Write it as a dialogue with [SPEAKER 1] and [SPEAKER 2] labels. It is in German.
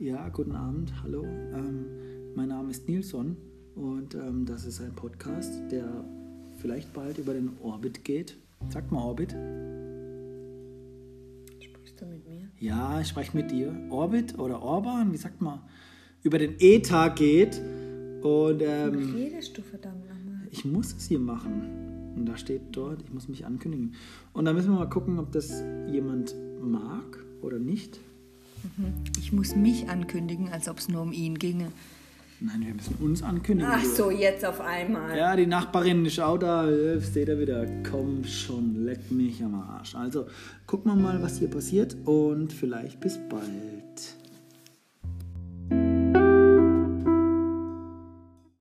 [SPEAKER 1] Ja, guten Abend, hallo. Mein Name ist Nilsson und das ist ein Podcast, der vielleicht bald über den Orbit geht. Sag mal Orbit.
[SPEAKER 2] Sprichst du mit mir?
[SPEAKER 1] Ja, ich spreche mit dir. Orbit oder Orban, wie sagt man? Über den Äther geht. Und
[SPEAKER 2] Wie redest du verdammt nochmal?
[SPEAKER 1] ich muss es hier machen. Und da steht dort, ich muss mich ankündigen. Und da müssen wir mal gucken, ob das jemand mag oder nicht.
[SPEAKER 2] Ich muss mich ankündigen, als ob es nur um ihn ginge.
[SPEAKER 1] Nein, wir müssen uns ankündigen.
[SPEAKER 2] Ach so, jetzt auf einmal.
[SPEAKER 1] Ja, die Nachbarin, schau da, steht da wieder. Komm schon, leck mich am Arsch. Also, gucken wir mal, was hier passiert und vielleicht bis bald.